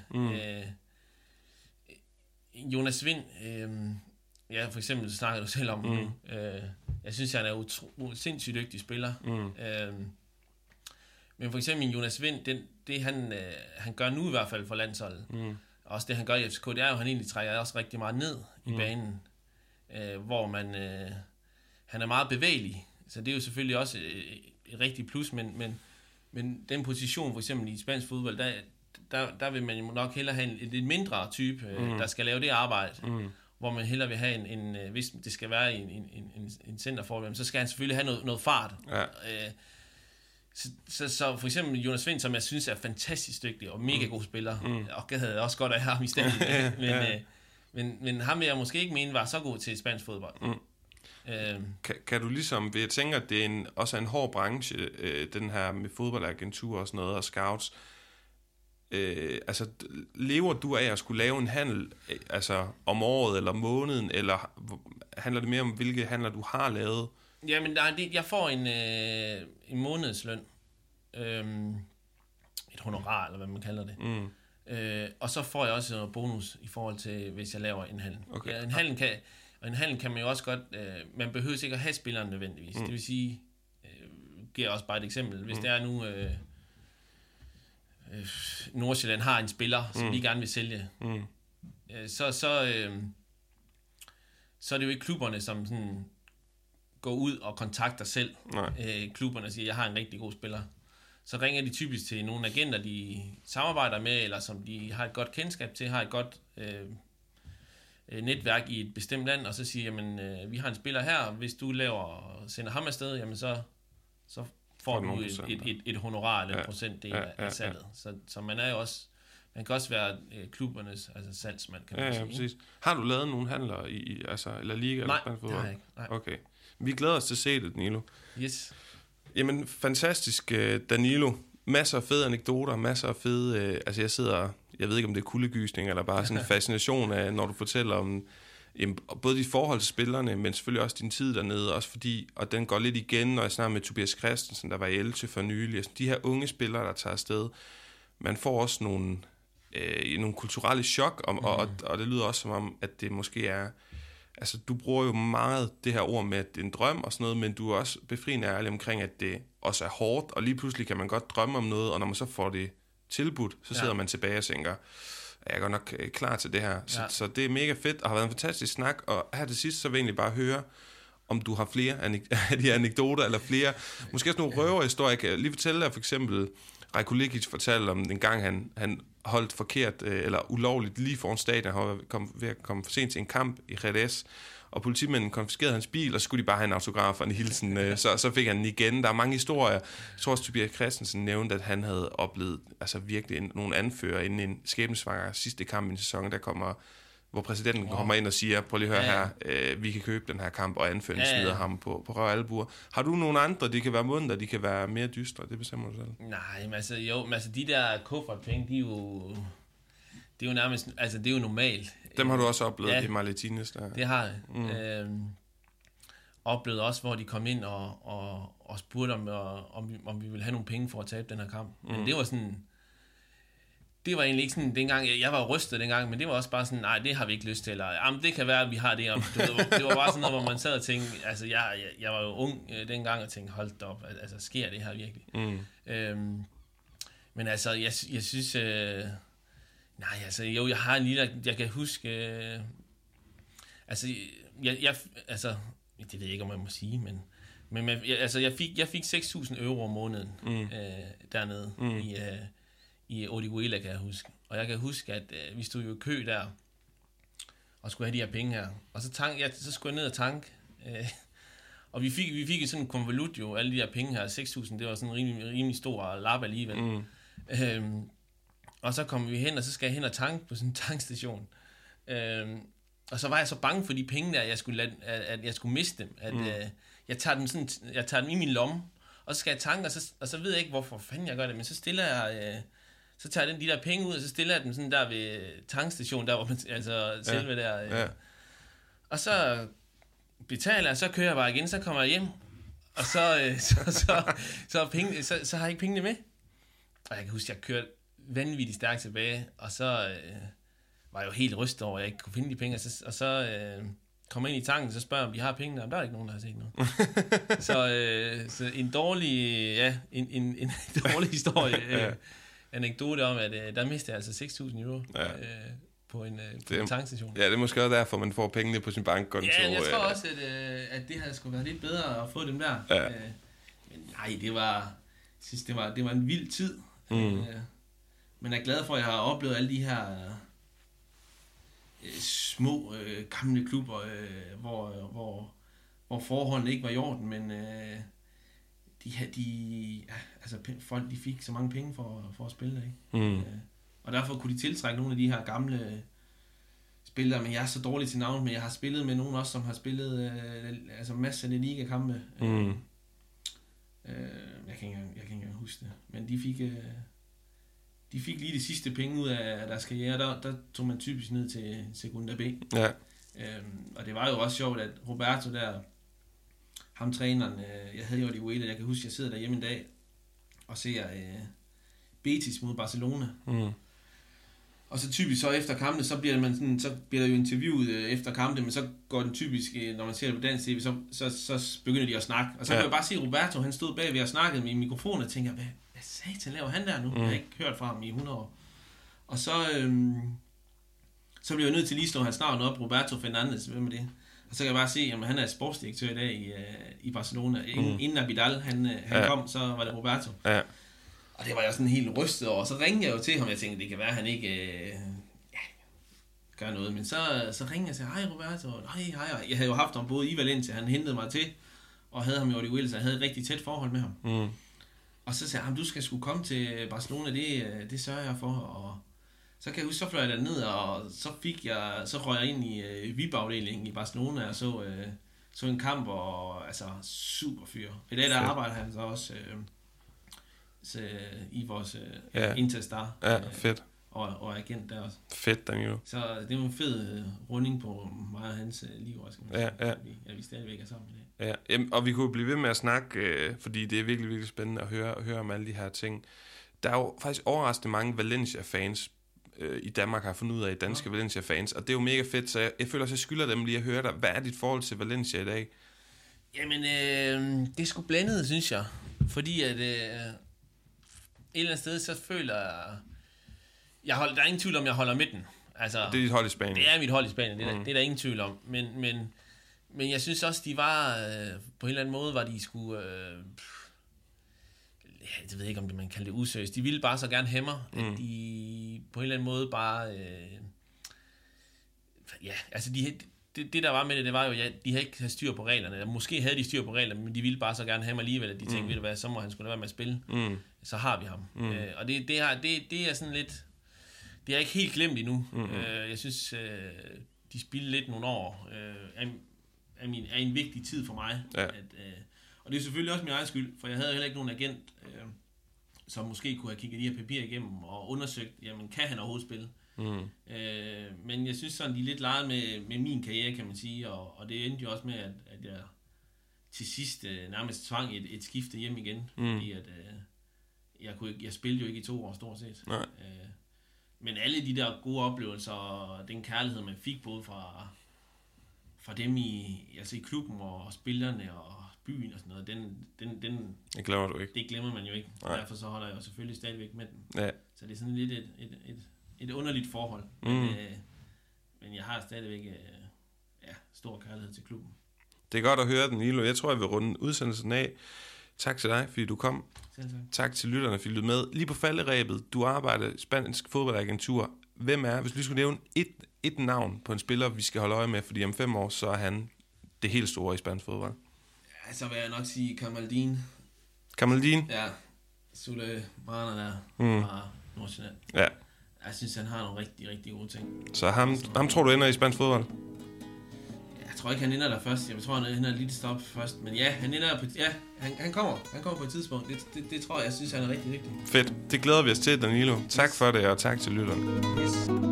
S2: Jonas Vind, for eksempel snakker du selv om nu. Jeg synes, han er sindssygt dygtig spiller. Men for eksempel Jonas Vind, det han gør nu i hvert fald for landsholdet, også det han gør i FCK, det er jo, han egentlig trækker også rigtig meget ned i banen, hvor han er meget bevægelig. Så det er jo selvfølgelig også et rigtigt plus, men den position for eksempel i spansk fodbold, der vil man jo nok hellere have en lidt mindre type, der skal lave det arbejde, hvor man hellere vil have en hvis det skal være en centerforward, så skal han selvfølgelig have noget fart. Ja. Så for eksempel Jonas Vind, som jeg synes er fantastisk dygtig og mega god spiller, og jeg havde også godt af ham i stedet, men ham vil jeg måske ikke mene var så god til spansk fodbold.
S1: Kan du ligesom, jeg tænker, at det er også en hård branche, den her med fodboldagentur og sådan noget, og scouts. Altså, lever du af at skulle lave en handel altså om året eller måneden, eller handler det mere om, hvilke handler du har lavet? Jamen,
S2: jeg får en månedsløn, et honorar, eller hvad man kalder det. Og så får jeg også noget bonus i forhold til, hvis jeg laver en handel.
S1: Okay.
S2: Ja, en handel kan man jo også godt, man behøver ikke at have spilleren nødvendigvis. Det vil sige, giver også bare et eksempel. Hvis der er nu, Nordsjælland har en spiller, som vi gerne vil sælge, så er det jo ikke klubberne, som sådan går ud og kontakter selv. Klubberne siger, jeg har en rigtig god spiller. Så ringer de typisk til nogle agenter, de samarbejder med, eller som de har et godt kendskab til, har et godt netværk i et bestemt land, og så siger, jamen, vi har en spiller her, hvis du sender ham afsted, jamen så får du et honorar eller en procentdel af salget. Så man er jo også, man kan også være klubbernes salgsmand, kan man sige.
S1: Præcis. Har du lavet nogle handler eller liga?
S2: Nej, det har jeg ikke. Nej.
S1: Okay. Vi glæder os til at se det, Danilo.
S2: Yes.
S1: Jamen, fantastisk, Danilo. Masser af fede anekdoter, masser af fede... jeg ved ikke, om det er kuldegysning, eller bare sådan en fascination af, når du fortæller om både dit forhold til spillerne, men selvfølgelig også din tid dernede, også fordi, og den går lidt igen, når jeg snakker med Tobias Christensen, der var i Elche for nylig. Altså, de her unge spillere, der tager afsted, man får også nogle kulturelle chok, og det lyder også som om, at det måske er... Altså, du bruger jo meget det her ord med, at det er en drøm og sådan noget, men du er også befriende ærlig omkring, at det også er hårdt, og lige pludselig kan man godt drømme om noget, og når man så får det tilbudt, så sidder man tilbage og tænker, jeg er godt nok klar til det her. Så det er mega fedt, og har været en fantastisk snak, og her til sidst, så vil jeg egentlig bare høre, om du har flere af de her anekdoter, eller flere, måske også nogle røverhistorier. Jeg kan lige fortælle dig, for eksempel, Rajko Lekic fortalte om en gang, han holdt forkert, eller ulovligt lige foran stadion, han var ved at komme for sent til en kamp i Jerez, og politimænden konfiskerede hans bil, og så skulle de bare have en autograf og en hilsen, så fik han den igen. Der er mange historier. Jeg tror også, Tobias Christensen nævnte, at han havde oplevet virkelig nogle anfører inden en skæbnesvanger sidste kamp i en sæson, hvor præsidenten kommer ind og siger, prøv lige at høre her, vi kan købe den her kamp, og anføreren smider ham på røv og albuer. Har du nogle andre? De kan være munter, de kan være mere dystre, det bestemmer du selv.
S2: Nej, men de der kuffertpenge, det er jo nærmest, det er jo normalt.
S1: Dem har du også oplevet i Marletines der.
S2: Det har jeg. Oplevet også, hvor de kom ind og spurgte om vi ville have nogle penge for at tabe den her kamp. Men det var sådan... Det var egentlig ikke sådan dengang, jeg var rystet dengang, men det var også bare sådan, nej, det har vi ikke lyst til, eller jamen, det kan være, at vi har det. Det var bare sådan noget, hvor man sad og tænkte, altså jeg var jo ung dengang og tænkte, hold da op, altså sker det her virkelig? Men altså, jeg synes, jeg har en lille, jeg kan huske, det ved jeg ikke, om jeg må sige, men jeg fik 6.000 euro om måneden dernede i Orihuela, kan jeg huske. Og jeg kan huske, at vi stod jo i kø der, og skulle have de her penge her. Og så skulle jeg ned og tanke. Og vi fik sådan en konvolut jo, alle de her penge her, 6.000, det var sådan en rimelig stor lap alligevel. Og så kom vi hen, og så skal jeg hen og tanke på sådan en tankstation. Og så var jeg så bange for de penge der, at jeg skulle miste dem. At jeg tager dem i min lomme, og så skal jeg tanke, og så ved jeg ikke, hvorfor fanden jeg gør det, men så stiller jeg... Så tager jeg de der penge ud, og så stiller jeg dem sådan der ved tankstationen, der hvor man, selve der. Og så betaler jeg, så kører jeg bare igen, så kommer jeg hjem, og så har jeg ikke pengene med. Og jeg kan huske, at jeg kørte vanvittigt stærkt tilbage, og så var jeg jo helt rystet over, at jeg ikke kunne finde de penge, og så kommer ind i tanken, så spørger jeg, om de har pengene, og der er ikke nogen, der har set noget. Så en dårlig, en dårlig historie. Anekdote om, at der mistede jeg altså 6.000 euro på en tankstation. Ja,
S1: det er måske også derfor, man får pengene på sin bankkonto.
S2: Ja, jeg tror også, at det havde skulle være lidt bedre at få dem der. Ja. Men nej, det var en vild tid. Men jeg er glad for, at jeg har oplevet alle de her små gamle klubber, hvor forholdene ikke var i orden, men... folk de fik så mange penge for at spille, ikke? Og derfor kunne de tiltrække nogle af de her gamle spillere, men jeg er så dårlig til navn, men jeg har spillet med nogen også, som har spillet masser af ligakampe. Jeg kan ikke engang huske det, men de fik lige de sidste penge ud af deres karriere, der tog man typisk ned til Segunda B. Ja. Og det var jo også sjovt, at Roberto der, ham træneren, jeg havde jo det ude, jeg kan huske, jeg sidder derhjemme en dag og ser Betis mod Barcelona. Og så typisk så efter kampene, så bliver der jo interviewet efter kampene, men så går den typisk, når man ser det på dansk TV, så begynder de at snakke. Og så kan jeg bare se, Roberto, han stod bagved og snakkede med mikrofonen, og tænker, hvad satan laver han der nu? Jeg har ikke hørt fra ham i 100 år. Og så bliver jeg nødt til lige at slå hans navn op, Roberto Fernandes, hvem er det? Og så kan jeg bare se, at han er sportsdirektør i dag i Barcelona. Inden Abidal, han kom, så var det Roberto. Ja. Og det var jeg sådan helt rystet over. Så ringede jeg jo til ham, jeg tænkte, det kan være, at han ikke gør noget. Men så ringede jeg og sagde, hej Roberto, hej. Jeg havde jo haft ham både i Valencia, han hentede mig til, og havde ham jo i Wales, så jeg havde et rigtig tæt forhold med ham. Og så sagde han, du skal sgu komme til Barcelona, det sørger jeg for. Og så kan jeg huske, så fløj jeg derned, og så røg jeg ind i VIP-afdelingen i Barcelona, og så en kamp, og altså super fyr. I dag der arbejder han så også i vores Interstar.
S1: Ja, fedt.
S2: Og agent der også.
S1: Fedt, Danilo.
S2: Så det var en fed runding på mig og hans liv også, kan man sige. Vi stadigvæk er sammen i dag.
S1: Ja, og vi kunne blive ved med at snakke, fordi det er virkelig, virkelig spændende at høre om alle de her ting. Der er jo faktisk overraskende mange Valencia-fans i Danmark har fundet ud af, danske Valencia-fans, og det er jo mega fedt, så jeg føler også, jeg skylder dem lige at høre dig. Hvad er dit forhold til Valencia i dag?
S2: Jamen, det er sgu blandet, synes jeg. Fordi at et eller andet sted, så føler jeg... der er ingen tvivl om, jeg holder midten. Altså,
S1: det er dit hold i Spanien.
S2: Det er mit hold i Spanien, det er der ingen tvivl om. Men jeg synes også, de var... på en eller anden måde var de sgu... jeg ved ikke, om man kalder det useriøst. De ville bare så gerne hæmme, at de på en eller anden måde bare... altså det der var med det var jo, de havde ikke styr på reglerne. Måske havde de styr på reglerne, men de ville bare så gerne have mig alligevel, at de tænkte, ved du hvad, så må han sgu da være med at spille. Så har vi ham. Og det er sådan lidt... Det er ikke helt glemt endnu. Jeg synes, de spillede lidt nogle år. Er en vigtig tid for mig. Ja. Og det er selvfølgelig også min egen skyld, for jeg havde heller ikke nogen agent, som måske kunne have kigget de her papirer igennem og undersøgt, jamen kan han overhovedet spille? Men jeg synes sådan, de er lidt leget med min karriere, kan man sige, og det endte jo også med, at jeg til sidst nærmest tvang et skifte hjem igen, fordi at jeg spillede jo ikke i 2 år stort set. Men alle de der gode oplevelser og den kærlighed, man fik både fra dem i klubben og spillerne og byen og sådan noget, den
S1: det glemmer du ikke.
S2: Det glemmer man jo ikke. Derfor så holder jeg jo selvfølgelig stadigvæk med den. Ja. Så det er sådan lidt et underligt forhold. Men jeg har stadigvæk stor kærlighed til klubben.
S1: Det er godt at høre den, Danilo. Jeg tror, jeg vil runde udsendelsen af. Tak til dig, fordi du kom. Tak til lytterne, fordi du med. Lige på falderæbet, du arbejder i Spansk Fodboldagentur. Hvem er, hvis du skulle nævne et navn på en spiller, vi skal holde øje med, fordi om 5 år, så er han det helt store i spansk fodbold?
S2: Ja, så vil jeg nok sige Kamaldin.
S1: Kamaldin?
S2: Ja, Sule Brana der fra Nordsjælland. Ja. Jeg synes, han har nogle rigtig, rigtig gode ting.
S1: Så ham tror du ender i spansk fodbold?
S2: Jeg tror ikke, han ender der først. Jeg tror, han ender et lille stop først. Men ja, han ender på... Ja, han kommer på et tidspunkt. Det tror jeg synes, han er rigtig vigtig.
S1: Fedt. Det glæder vi os til, Danilo. Tak for det, og tak til lytterne.
S2: Yes.